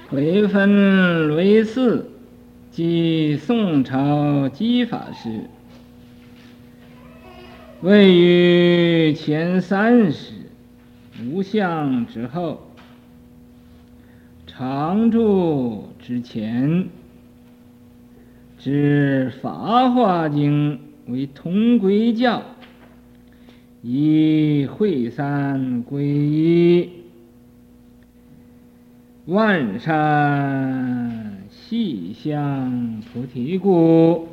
回分为四，即宋朝基法师位于前30，无相之后，常住之前，指《法华经》为同归教，以会三皈依，万善细相菩提故。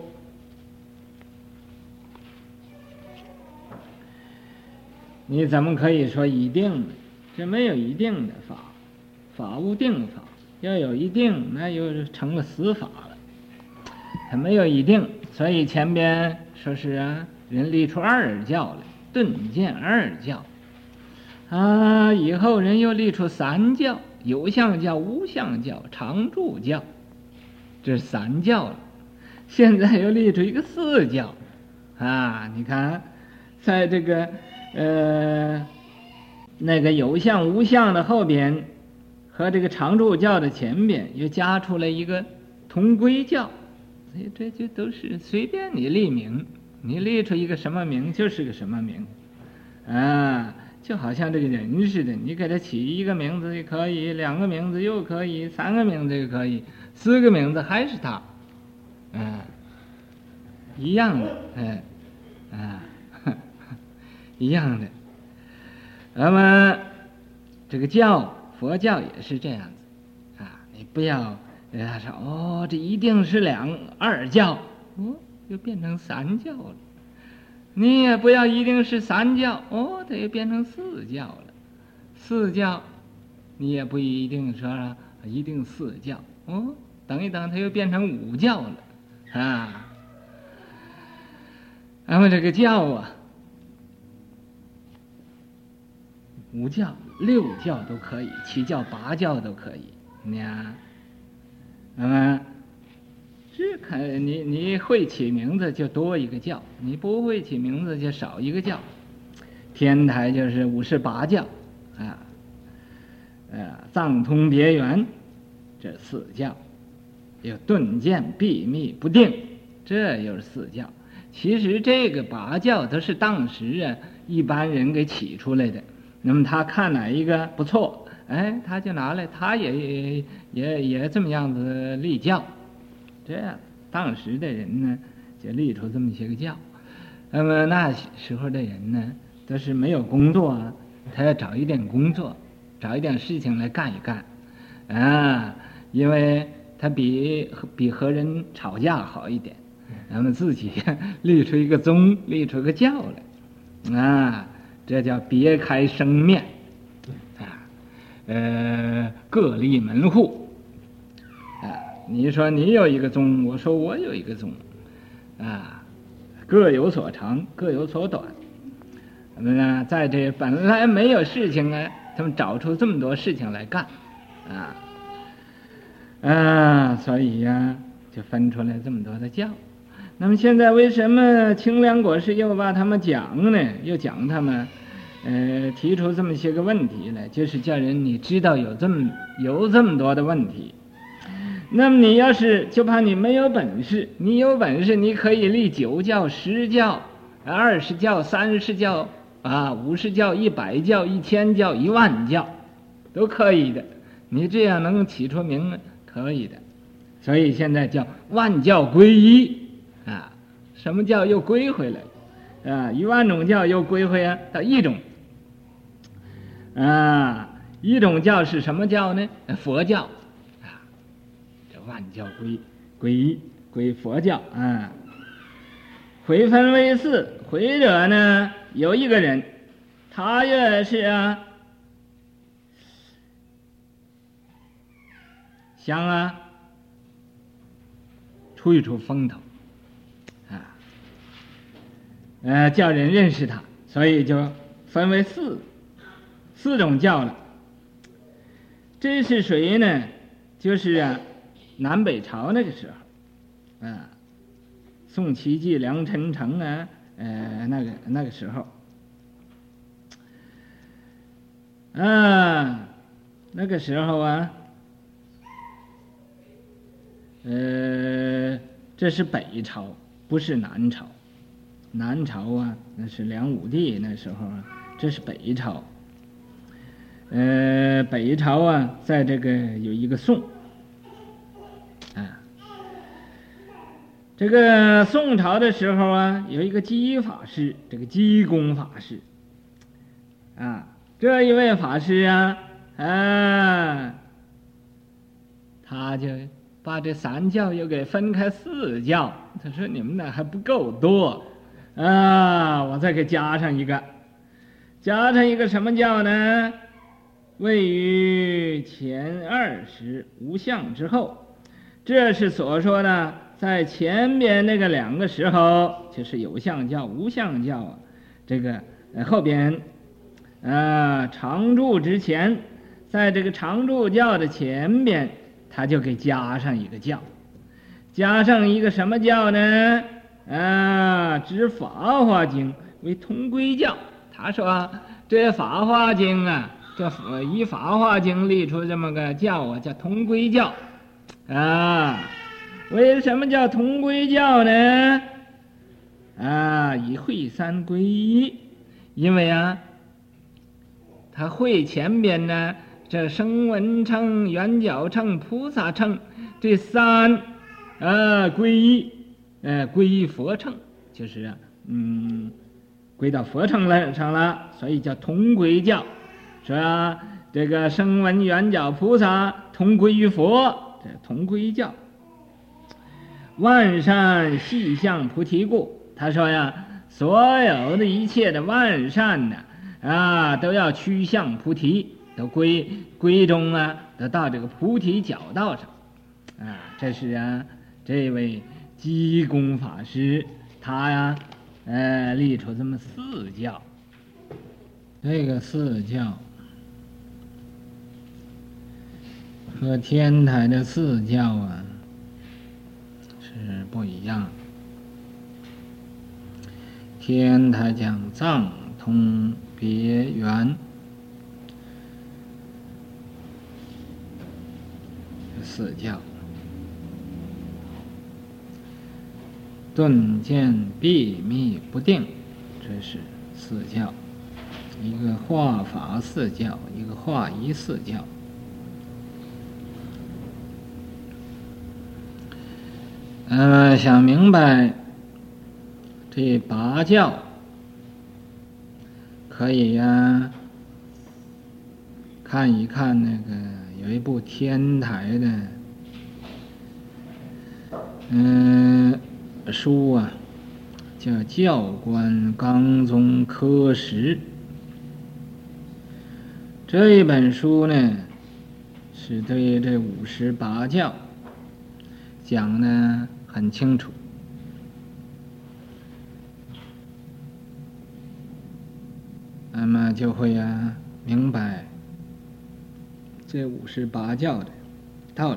你怎么可以说一定呢？这没有一定的法，法无定法。要有一定，那又成了死法了。它没有一定，所以前边说是人立出二教来，顿见二教以后人又立出三教，有相教、无相教、常住教，这是三教了。现在又立出一个四教你看，在这个那个有相无相的后边和这个常住教的前边又加出来一个同归教，所以这就都是随便你立名，你立出一个什么名就是个什么名就好像这个人似的，你给他起一个名字也可以，2个名字又可以，3个名字也可以，4个名字还是他一样的一样的。那么这个教，佛教也是这样子你不要说这一定是二教又变成三教了。你也不要一定是三教它又变成4教了。4教你也不一定说一定4教等一等它又变成5教了那么这个教5教、6教都可以，7教、8教都可以。那么这看你会起名字就多一个教，你不会起名字就少一个教。天台就是58教藏通别圆这4教，有顿渐闭密不定，这又是4教。其实这个8教都是当时一般人给起出来的。那么他看哪一个不错，他就拿来，他也这么样子立教。这样当时的人呢就立出这么些个教。那么那时候的人呢都是没有工作他要找一点工作，找一点事情来干一干因为他比和人吵架好一点。那么自己立出一个宗，立出个教来这叫别开生面各立门户你说你有一个宗，我说我有一个宗各有所长，各有所短。那么呢在这本来没有事情他们找出这么多事情来干所以就分出来这么多的教。那么现在为什么清凉果师又把他们讲呢？又讲他们提出这么些个问题来，就是叫人你知道有这么多的问题。那么你要是就怕你没有本事，你有本事你可以立9教、10教、20教、30教50教、100教、1000教、10000教都可以的。你这样能起出名可以的。所以现在叫万教归一什么教又归回来10000种教又归回到一种一种教是什么教呢？佛教这万教归一，归佛教回分为4，回者呢有一个人，他也是想出一出风头叫人认识他，所以就分为4种教了。这是谁呢？就是南北朝那个时候宋齐继、梁陈诚那个时候那个时候这是北朝，不是南朝。南朝啊，那是梁武帝那时候啊，这是北朝。北朝啊，在这个有一个宋，啊，这个宋朝的时候啊，有一个机法师，这个机公法师，啊，这一位法师啊，他就把这三教又给分开四教。他说你们那还不够多啊，我再给加上一个什么教呢？位于前20无相之后，这是所说的在前边那个2个时候，就是有相教、无相教啊。这个后边常住之前，在这个常住教的前边，他就给加上一个教，加上一个什么教呢？指《法华经》为同归教。他说这《法华经》啊，这以《法华经》立出这么个教啊，叫同归教啊。为什么叫同归教呢？以会三归一，因为啊，他会前边呢，这声闻乘、缘觉乘、菩萨乘这3归一，归一佛乘，就是归到佛乘上了，所以叫同归教，是吧？这个声闻缘觉菩萨同归于佛，这同归教。万善系向菩提故，他说呀，所有的一切的万善呢，都要趋向菩提，都归中啊，都到这个菩提角道上啊。这是这位机公法师他呀，立出这么4教。这个4教和天台的4教啊是不一样。天台讲藏通别圆4教，顿渐闭密不定，这是4教。一个化法4教，一个化仪4教。想明白这8教，可以看一看那个有一部天台的书啊，叫《教官纲宗科10》。这一本书呢，是对这58教讲得很清楚。那么就会明白这58教的道理。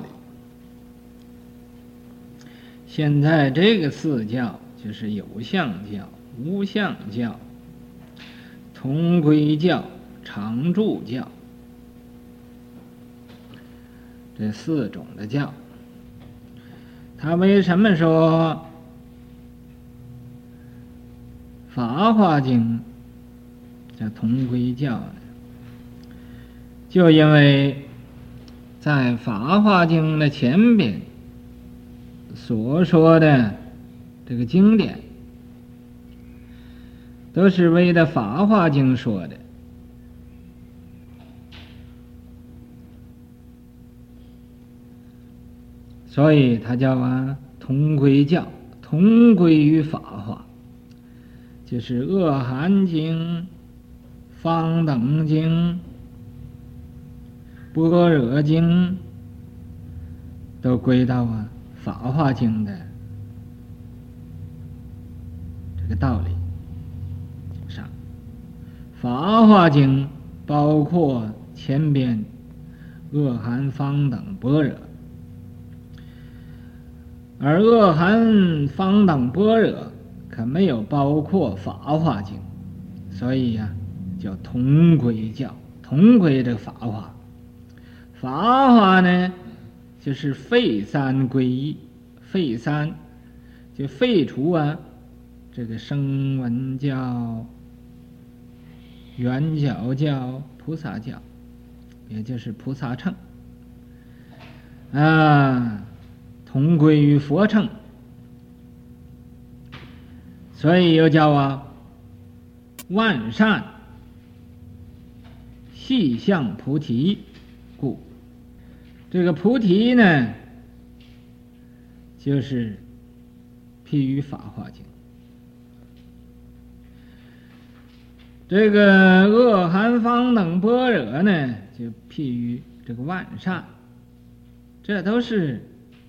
现在这个4教就是有相教、无相教、同归教、常住教，这4种的教。他为什么说《法华经》叫同归教呢？就因为在《法华经》的前边所说的这个经典，都是为了《法华经》说的，所以它叫同归教，同归于法华，就是《阿含经》、《方等经》、《般若经》都归到《法华经》的这个道理上。《法华经》包括前边阿含、方等、般若，而阿含、方等、般若可没有包括《法华经》，所以叫同归教，同归这个法华。法华呢，就是废3归一， 废三，就废除这个声闻教、圆觉教、菩萨教，也就是菩萨乘同归于佛乘，所以又叫万善细相菩提故。这个菩提呢，就是譬喻法华经。这个阿含方等般若呢，就譬喻这个万善，这都是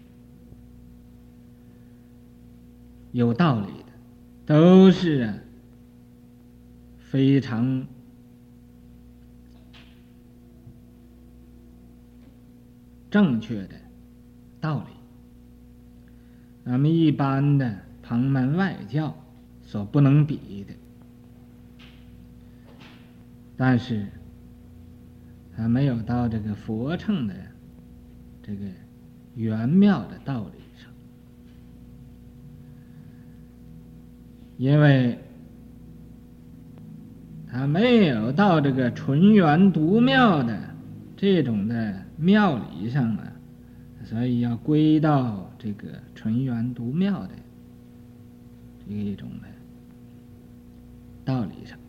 有道理的，都是非常正确的道理，咱们一般的旁门外教所不能比的。但是还没有到这个佛乘的这个圆妙的道理上，因为他没有到这个纯圆独妙的这种的妙理上所以要归到这个纯圆独妙的这一种的道理上。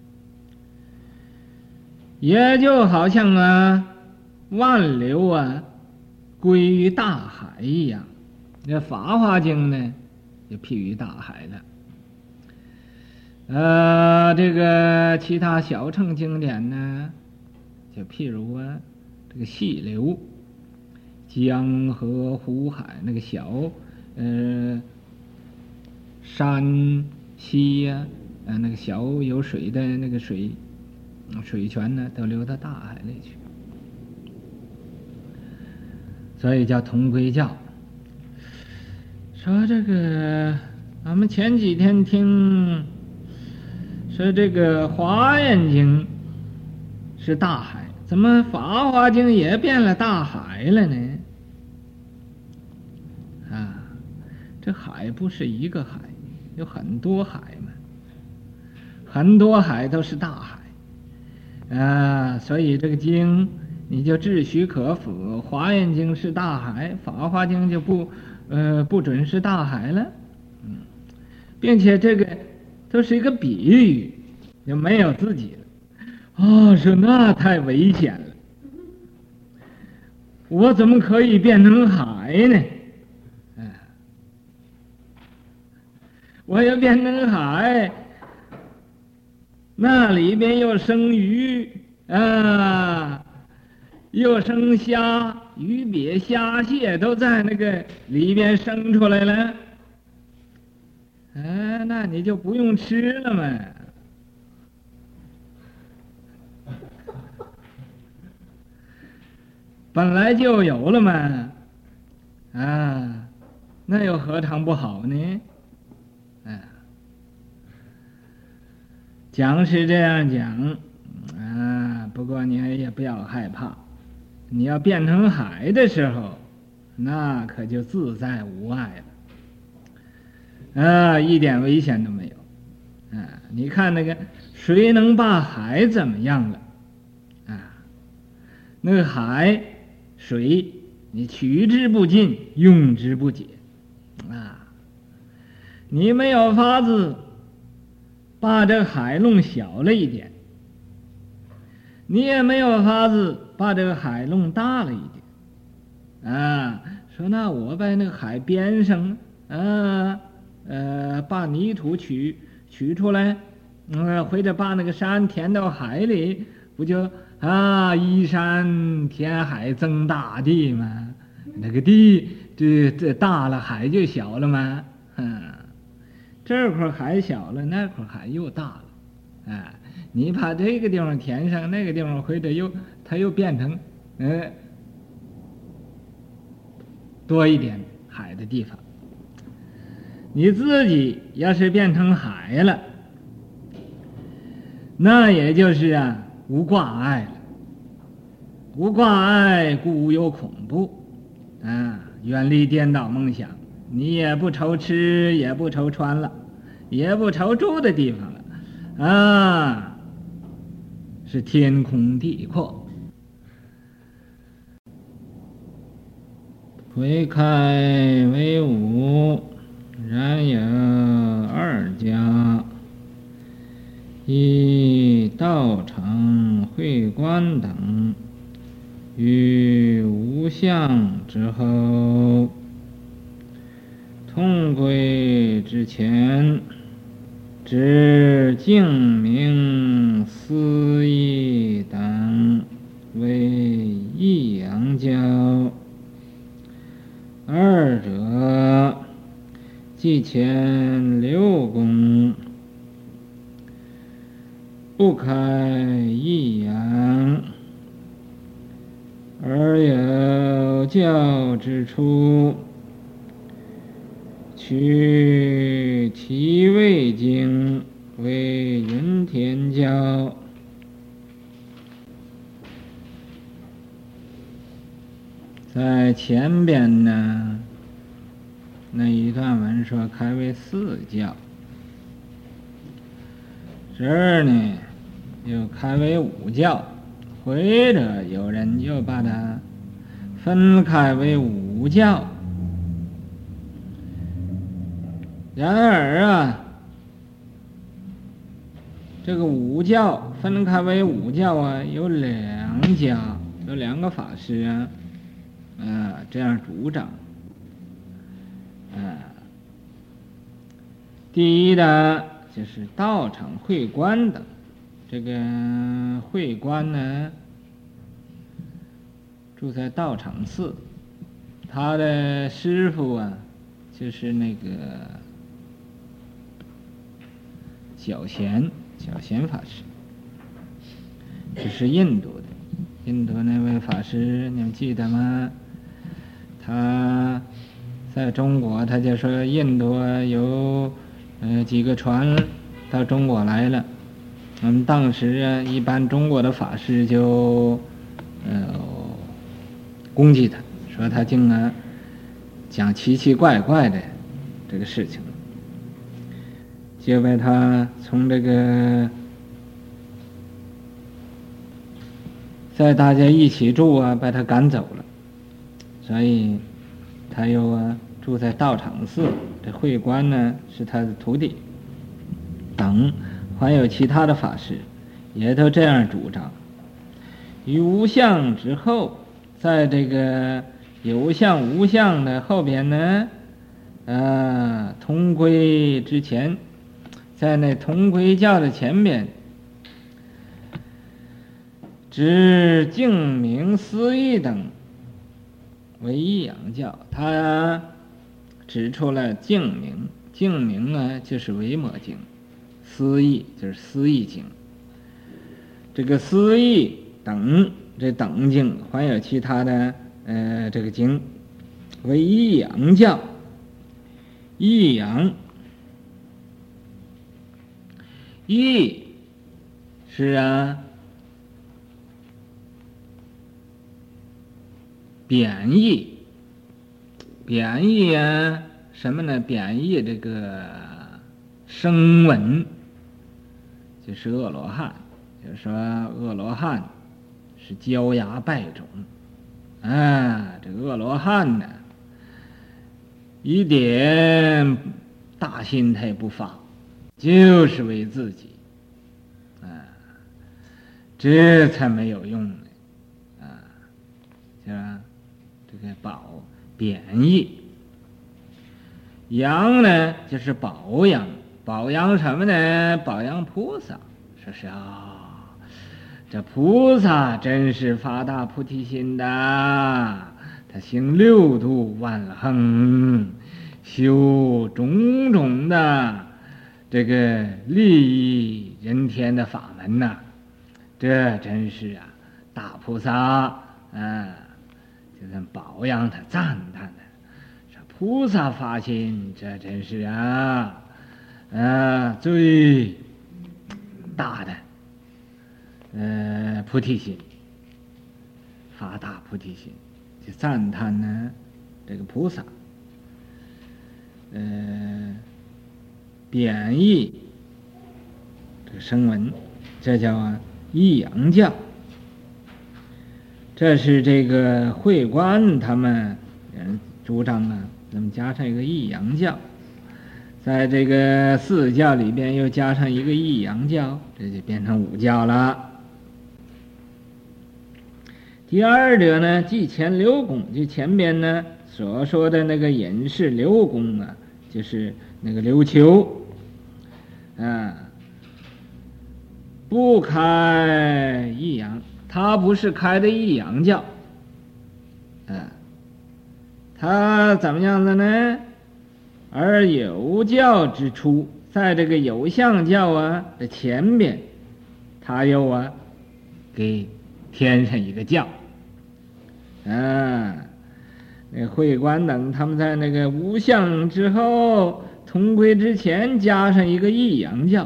也就好像万流归于大海一样，这《法华经》呢就譬喻大海了。这个其他小乘经典呢，就譬如这个细流、江河湖海，那个小山溪那个小有水的那个水泉呢，都流到大海里去，所以叫同归教。说这个俺们前几天听说这个华严经是大海，怎么法华经也变了大海了呢？这海不是一个海，有很多海嘛，很多海都是大海所以这个经你就自许可否，华严经是大海，法华经就不准是大海了。并且这个都是一个比喻，就没有自己了。说那太危险了，我怎么可以变成海呢？我要变成海，那里边又生鱼又生虾，鱼鳖虾蟹都在那个里边生出来了，那你就不用吃了嘛。本来就有了嘛，那又何尝不好呢？讲是这样讲不过你也不要害怕，你要变成海的时候，那可就自在无碍了一点危险都没有你看那个谁能把海怎么样了那个海水你取之不尽，用之不竭你没有法子把这海弄小了一点，你也没有法子把这个海弄大了一点说那我在那个海边上把泥土取出来或者把那个山填到海里，不就依山填海增大地吗？那个地这大了，海就小了吗？这块海小了，那块海又大了你把这个地方填上，那个地方或者它又变成多一点海的地方。你自己要是变成海了，那也就是无挂碍了。无挂碍故无有恐怖远离颠倒梦想， 你也不愁吃，也不愁穿了，也不愁住的地方了啊，是天空地阔。推开为五，然有二家，一道场会观等，于无相之后，通归之前，知净明思义等为一阳教。二者即前六宫，不开一阳，而有教之处，取其未经为云田教。在前边呢，那一段文说开为四教，这儿呢又开为五教，或者有人又把它分开为五教。然而啊，这个五教分开为五教啊，有两家，有两个法师啊，这样主张。第一呢，就是道场会观等。这个会观呢，住在道场寺，他的师傅啊，就是那个小贤法师，这是印度的。印度那位法师，你们记得吗？他在中国，他就说印度有几个船到中国来了。当时一般中国的法师就攻击他，说他竟然讲奇奇怪怪的这个事情，就被他从这个在大家一起住把他赶走了。所以他又住在道场寺，这会观呢是他的徒弟等，还有其他的法师也都这样主张。于无相之后，在这个有相无相的后边呢，同归之前，在那同归教的前边，知净明思义等为一阳教。他指出了净明，净明就是维摩经，思义就是思义经。这个思义等，这等经还有其他的这个经为一阳教。一阳，义是贬义，贬义什么呢？贬义这个声闻，就是阿罗汉，就是说阿罗汉是焦芽败种这个阿罗汉呢，一点大心他也不发，就是为自己这才没有用呢是吧？这个贬义。阳呢就是保养，保养什么呢？保养菩萨。说是这菩萨真是发大菩提心的，他行六度万恒，修种种的这个利益人天的法门呐，这真是大菩萨就是保养他，赞叹他。说菩萨发心，这真是最大的菩提心，发大菩提心，就赞叹呢这个菩萨。 贬义这个声闻，这叫抑扬教。这是这个会观他们主张啊，那么加上一个抑扬教，在这个四教里边又加上一个抑扬教，这就变成五教了。第二者呢，即前流公，就前边呢所说的那个隐士流公啊，就是那个琉球啊，不开抑扬，他不是开的抑扬教啊，他怎么样子呢？而有教之初，在这个有相教啊的前边，他又给添上一个教啊。那慧观等他们在那个无相之后，同归之前加上一个抑扬教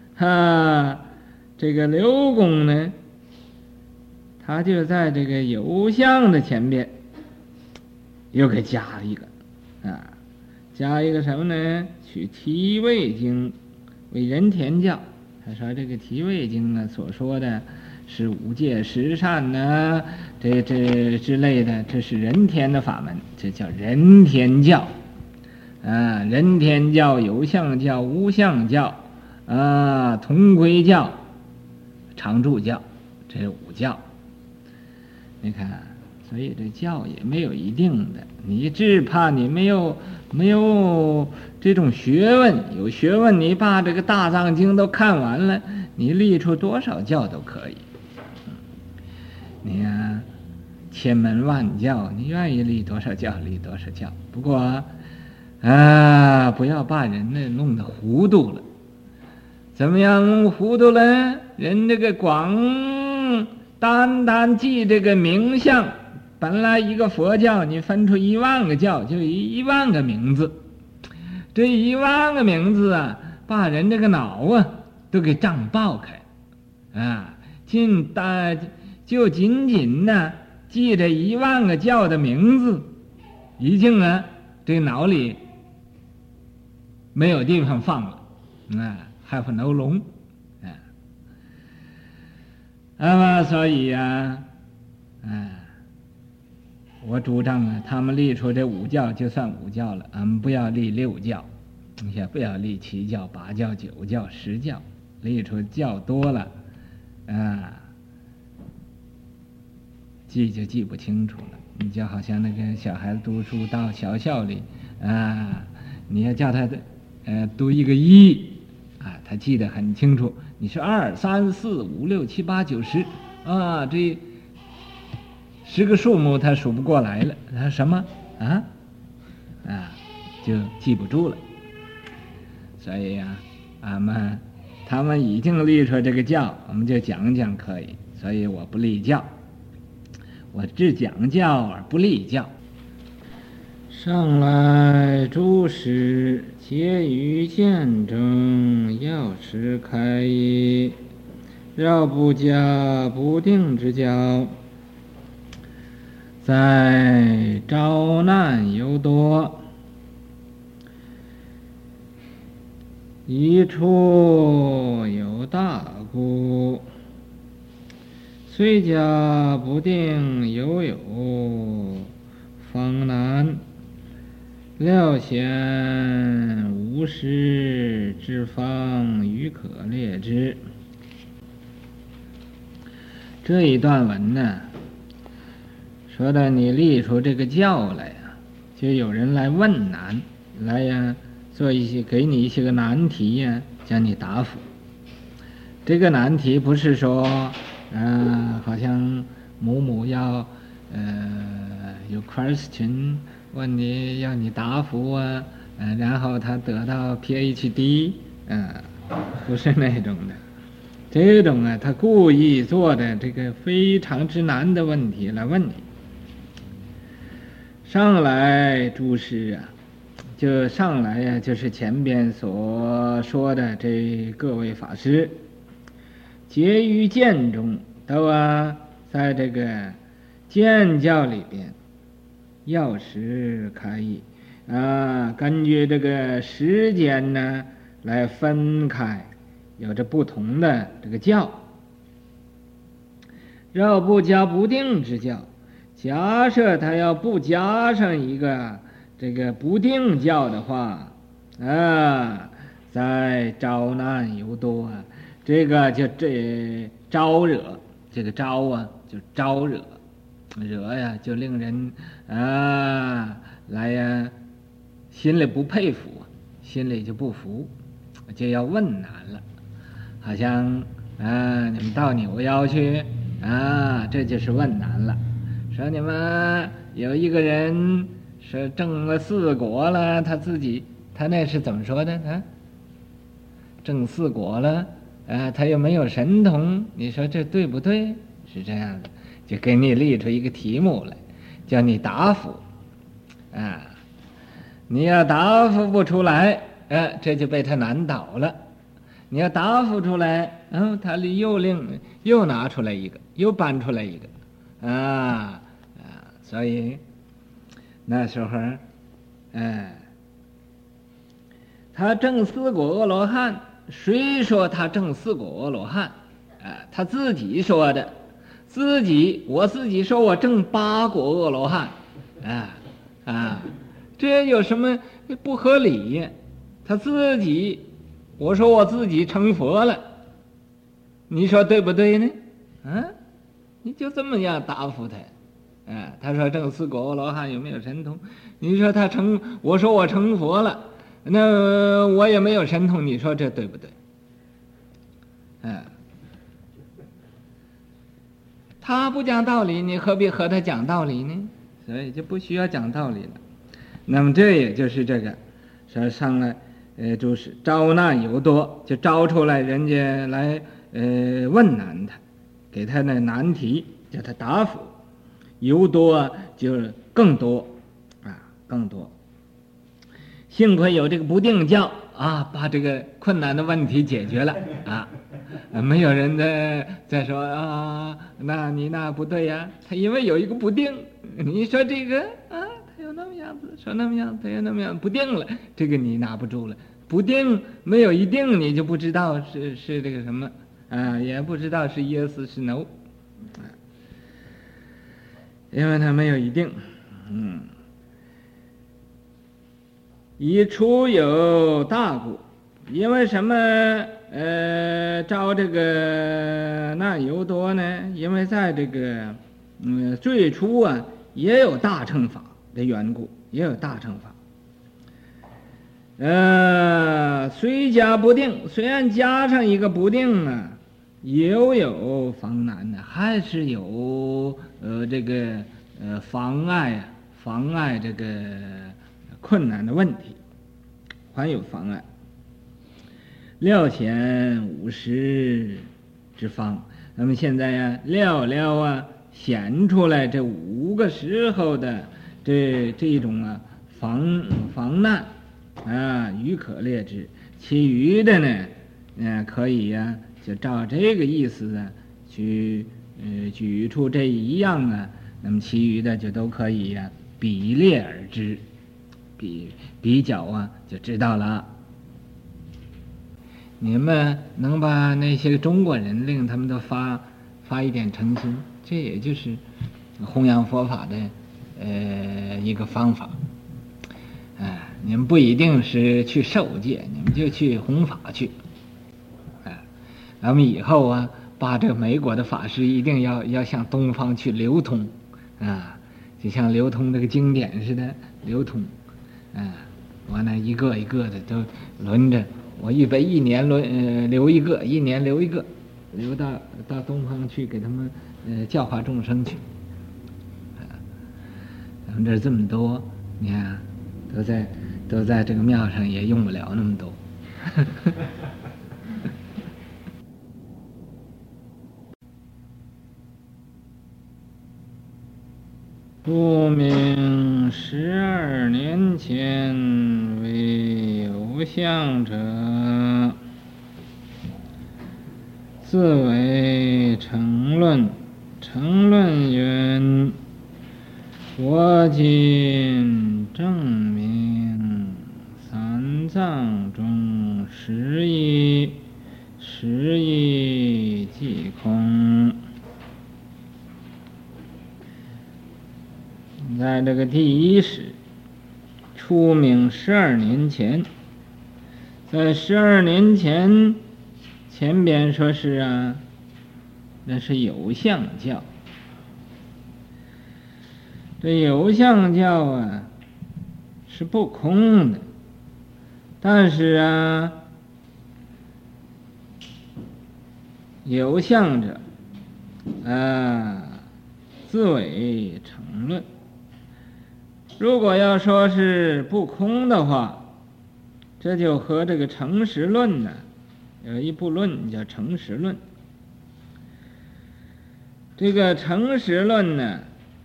这个刘公呢，他就在这个有相的前边又给加了一个加一个什么呢？取提味经为人田教。他说这个提味经呢所说的是五戒十善呢，这之类的，这是人天的法门，这叫人天教人天教、有相教、无相教同归教、常住教，这是五教。你看，所以这教也没有一定的，你只怕你没有这种学问，有学问你把这个大藏经都看完了，你立出多少教都可以。你千门万教，你愿意立多少教立多少教。不过不要把人呢弄得糊涂了。怎么样弄糊涂了？人这个光单记这个名相，本来一个佛教你分出10000个教，就10000个名字，这10000个名字把人这个脑都给胀爆开就仅仅记着10000个教的名字，已经这脑里没有地方放了have no room所以我主张他们立出这五教就算五教了，俺们不要立6教，也不要立7教、8教、9教、10教，立出教多了记就记不清楚了。你就好像那个小孩子读书到小校里你要叫他读一个1他记得很清楚，你是2、3、4、5、6、7、8、9、10这10个数目他数不过来了，他什么就记不住了。所以他们已经立出这个教，我们就讲讲可以。所以我不立教，我只讲教而不立教。上来诸师皆于见中，药师开一，绕不加不定之教，在招难尤多，一处有大故，虽加不定犹有方难，料显无师之方与可列之。这一段文呢，说的你立出这个教来就有人来问难，来做一些给你一些个难题叫你答复。这个难题不是说好像某某要有 question 问你要你答复然后他得到 PhD 不是那种的。这种他故意做的这个非常之难的问题来问你。上来诸师就上来就是前边所说的这各位法师，结于见中，都在这个见教里边药师开义， 根据这个时间呢来分开，有着不同的这个教。若不加不定之教，假设他要不加上一个这个不定教的话，在招难尤多啊，这个就招惹，这个招啊就招惹，惹呀就令人来呀心里不佩服，心里就不服，就要问难了。好像你们到纽腰去这就是问难了。说你们有一个人是证了4果了，他那是怎么说的啊？证4果了，他又没有神通，你说这对不对？是这样的，就给你列出一个题目来，叫你答复你要答复不出来，这就被他难倒了。你要答复出来，他又拿出来一个，又搬出来一个，所以那时候，他证4果阿罗汉，谁说他证4果阿罗汉？他自己说的，我自己说我证8果阿罗汉，这有什么不合理呀？他自己，我说我自己成佛了，你说对不对呢？你就这么样答复他。他说证4果阿罗汉有没有神通？你说我说我成佛了，那我也没有神通，你说这对不对？他不讲道理，你何必和他讲道理呢？所以就不需要讲道理了。那么这也就是这个，说上来就是招难尤多，就招出来人家来问难他，给他那难题叫他答复。尤多就是更多更多。幸亏有这个不定教把这个困难的问题解决了没有人再说那你那不对呀，他因为有一个不定，你说这个他有那么样子，说那么样，他有那么样不定了，这个你拿不住了。不定没有一定，你就不知道是这个什么也不知道是 yes 是 no，因为他没有一定。以初有大故，因为什么招这个难尤多呢？因为在这个最初也有大乘法的缘故，也有大乘法。虽加不定，虽然加上一个不定也有妨难的，还是有这个妨碍这个困难的问题，还有妨碍。料显50之方，那么现在显出来这5个时候的这一种防难余可列之，其余的呢可以就照这个意思去举出这一样那么其余的就都可以比列而知，比较就知道了。你们能把那些中国人令他们都发一点诚心，这也就是弘扬佛法的一个方法。你们不一定是去受戒，你们就去弘法去。咱们以后把这个美国的法师一定要向东方去流通就像流通这个经典似的流通。完了一个一个的都轮着，我预备一年留一个，一年留一个，留到东方去给他们教化众生去。咱们这这么多，你看都在这个庙上也用不了那么多。不明12年前为有相者，自为成论。成论云：我今证明藏中实义，实义即空。在这个第一史出名12年前，在12年前，前边说是啊，那是有相教。这有相教啊，是不空的，但是啊，有相者自为成论。如果要说是不空的话，这就和这个诚实论呢，有一部论叫诚实论。这个诚实论呢，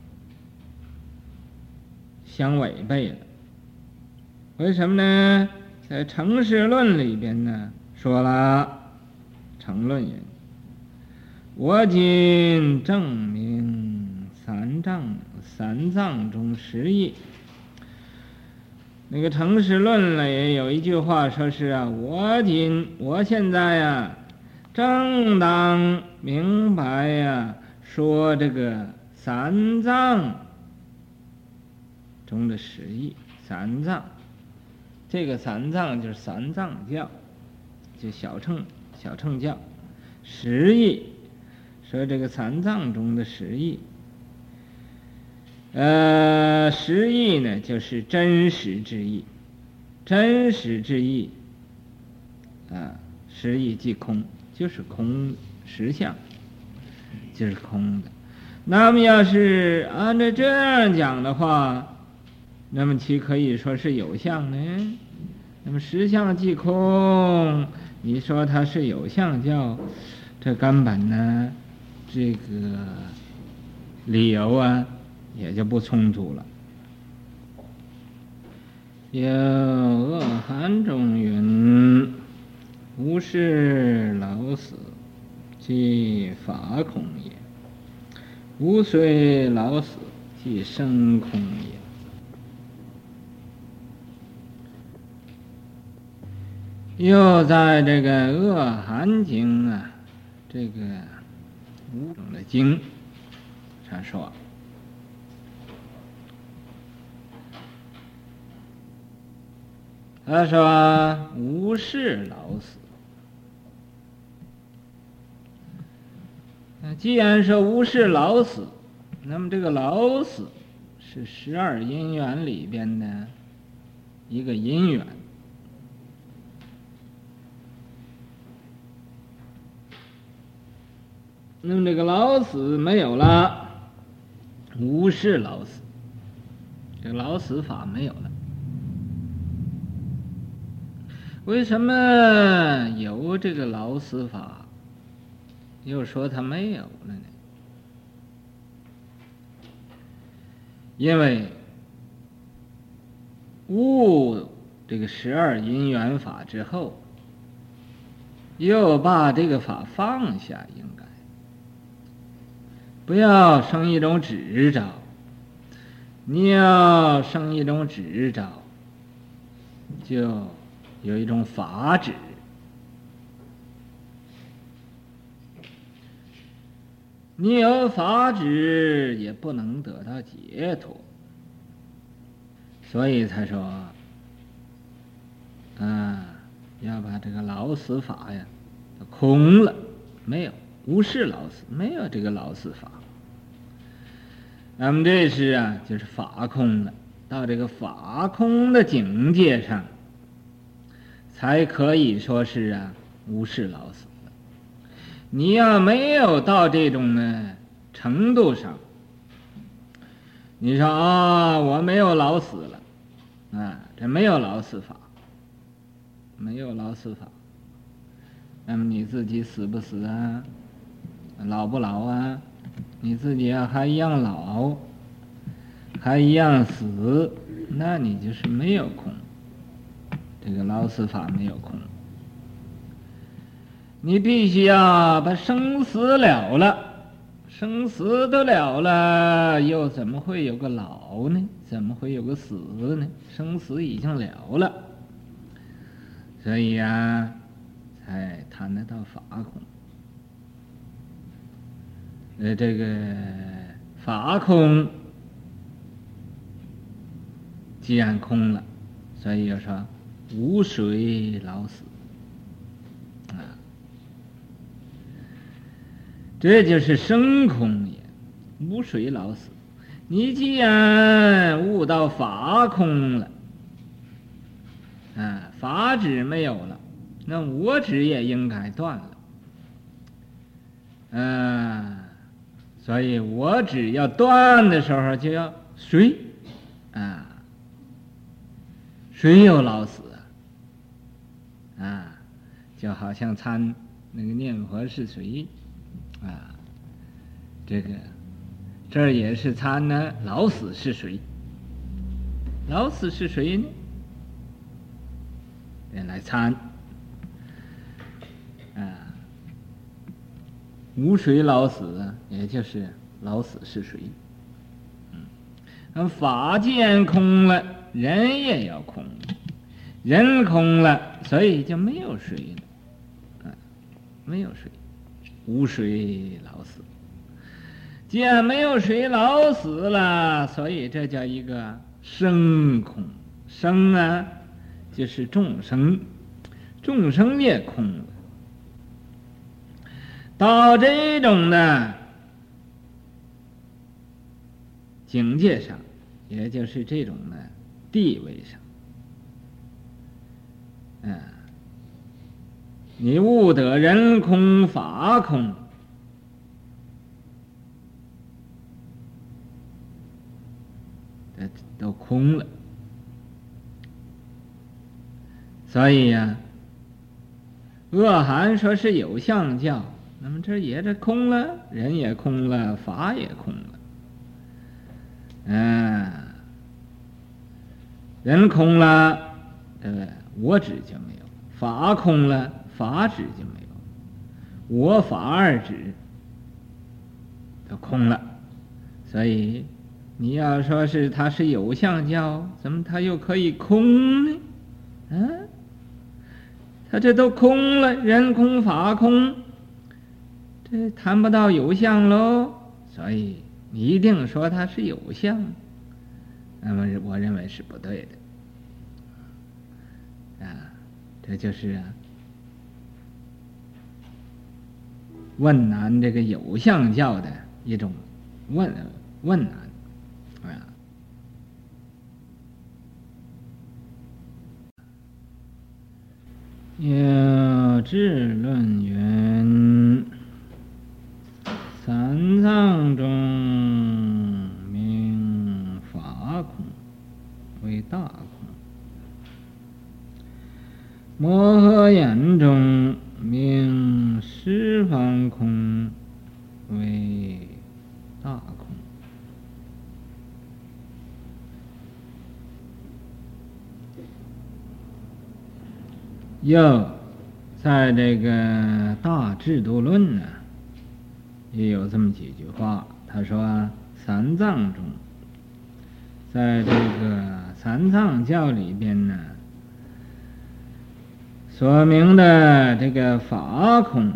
相违背了。为什么呢？在诚实论里边呢，说了诚论云：我今证明三藏中实义。那个诚实论里有一句话说是啊，我现在呀，正当明白呀，说这个三藏中的实义。三藏，这个三藏就是三藏教，就小乘教。实义，说这个三藏中的实义。实义呢，就是真实之意，真实之意实义即空，就是空，实相就是空的。那么要是按照这样讲的话，那么其可以说是有相呢？那么实相即空，你说它是有相教，这根本呢，这个理由啊也就不充足了。有恶寒中云：无事老死，即法空也；无虽老死，即生空也。又在这个恶寒经啊，这个五种的经上说，他说无事老死。既然说无事老死，那么这个老死是12因缘里边的一个因缘。那么这个老死没有了，无事老死，这个老死法没有了。为什么有这个老死法，又说它没有了呢？因为悟这个12因缘法之后，又把这个法放下，应该不要生一种执着。你要生一种执着，就有一种法执。你有法执，也不能得到解脱，所以才说要把这个老死法呀空了，没有，无事老死，没有这个老死法。那么这是就是法空了，到这个法空的境界上，才可以说是无事老死。你要没有到这种程度上，你说我没有老死了，这没有老死法，没有老死法。那么你自己死不死啊？老不老啊？你自己还一样老，还一样死，那你就是没有空。这个老死法没有空。你必须要把生死了了，生死都了了，又怎么会有个老呢？怎么会有个死呢？生死已经了了， 所以呀，才谈得到法空。这个法空既然空了，所以就说无水老死啊，这就是生空也，无水老死。你既然悟到法空了，啊，法执没有了，那我执也应该断了，所以我执要断的时候就要水，水有老死啊，就好像参那个念佛是水啊，这儿也是参呢，老死是谁？老死是谁呢？来参无水老死，也就是老死是谁？法见空了，人也要空，人空了，所以就没有水了，没有水，无水老死。既然没有水老死了，所以这叫一个生空。生啊，就是众生，众生也空了。到这种的境界上，也就是这种的地位上，你悟得人空法空，都空了。所以呀，恶含说是有相教，那么这也是空了，人也空了，法也空了，人空了，我执就没有；法空了，法执就没有。我法二执都空了，所以你要说是它是有相教，怎么它又可以空呢？它这都空了，人空法空，这谈不到有相喽。所以你一定说它是有相，那么我认为是不对的。这就是问难这个有相教的一种问难。有智论云：三藏中名法空为大空，摩诃眼中名十方空为大空。又在这个大智度论呢，也有这么几句话。他说三藏中，在这个三藏教里边呢，所明的这个法空，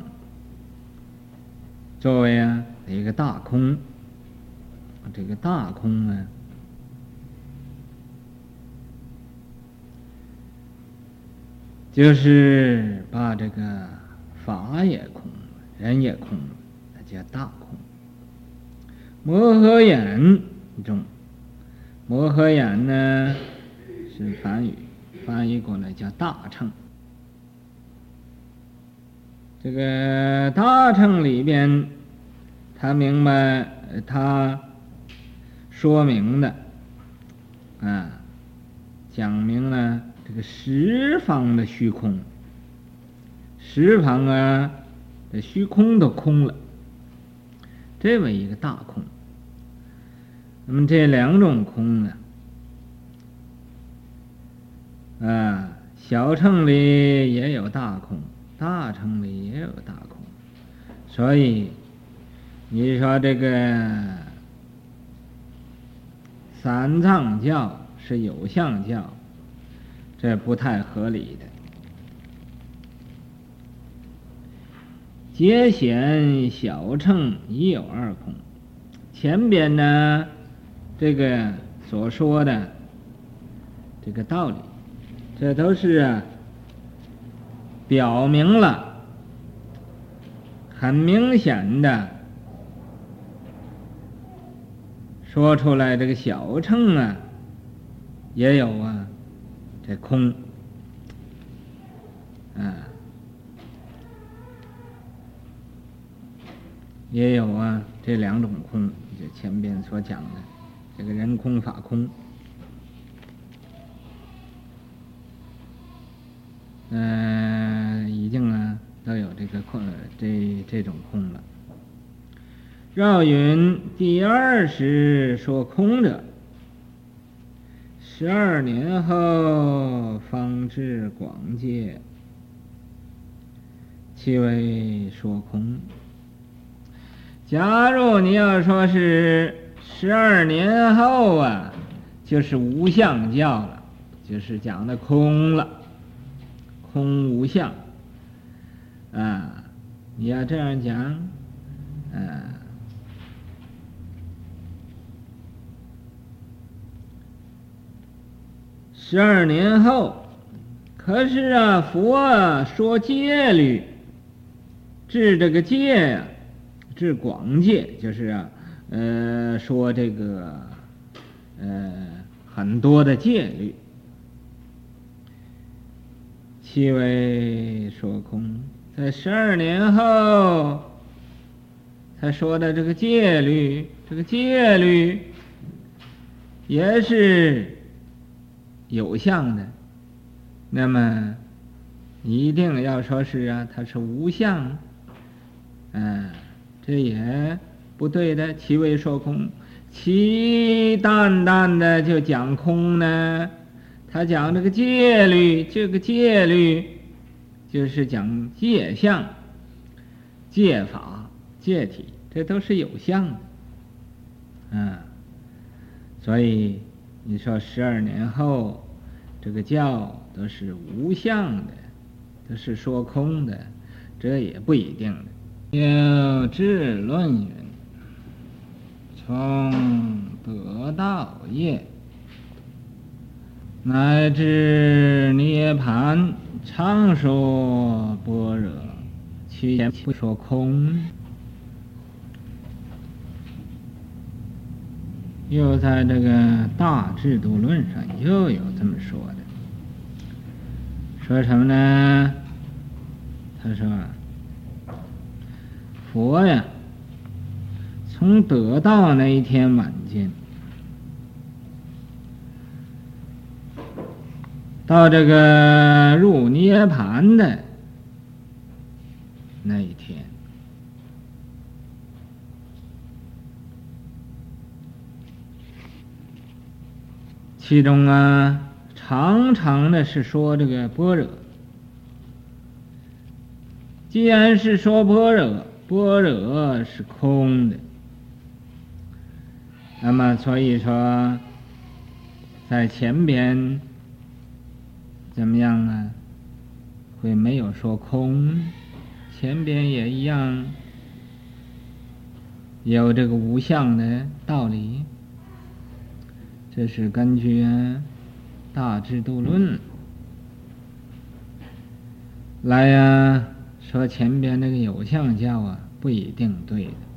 作为一个大空。这个大空呢，就是把这个法也空了，人也空了，那叫大空。摩诃眼中，摩诃眼呢是梵语，翻译过来叫大乘。这个大乘里边，他明白，他说明的讲明了这个十方的虚空，十方这虚空都空了，这为一个大空。那么这两种空小乘里也有大空，大乘里也有大空。所以你说这个三藏教是有相教，这不太合理的。 皆显小乘亦有二空。前边呢这个所说的这个道理，这都是表明了很明显的说出来，这个小乘也有这空也有这两种空，就前边所讲的这个人空法空。已经都有这个空，这种空了。绕云第20说空者，12年后方至广界，其为说空。假如你要说是12年后就是无相教了，就是讲的空了，空无相你要这样讲12年后，可是佛说戒律，治这个戒治广戒，就是说这个很多的戒律，其为说空。在12年后他说的这个戒律，这个戒律也是有相的，那么一定要说是它是无相，这也不对的。其为说空，其淡淡的就讲空呢？他讲这个戒律，这个戒律就是讲戒相、戒法、戒体，这都是有相的所以你说12年后这个教都是无相的，都是说空的，这也不一定的。有智论云：从得道业乃至涅盘，常说般若，其言不说空。又在这个大制度论上又有这么说的，说什么呢？他说佛从得道那一天晚间到这个入涅盘的那一天，其中常常的是说这个般若。既然是说般若，般若是空的，那么所以说在前边怎么样会没有说空，前边也一样有这个无相的道理。这是根据大制度论来说前边那个有相教不一定对的。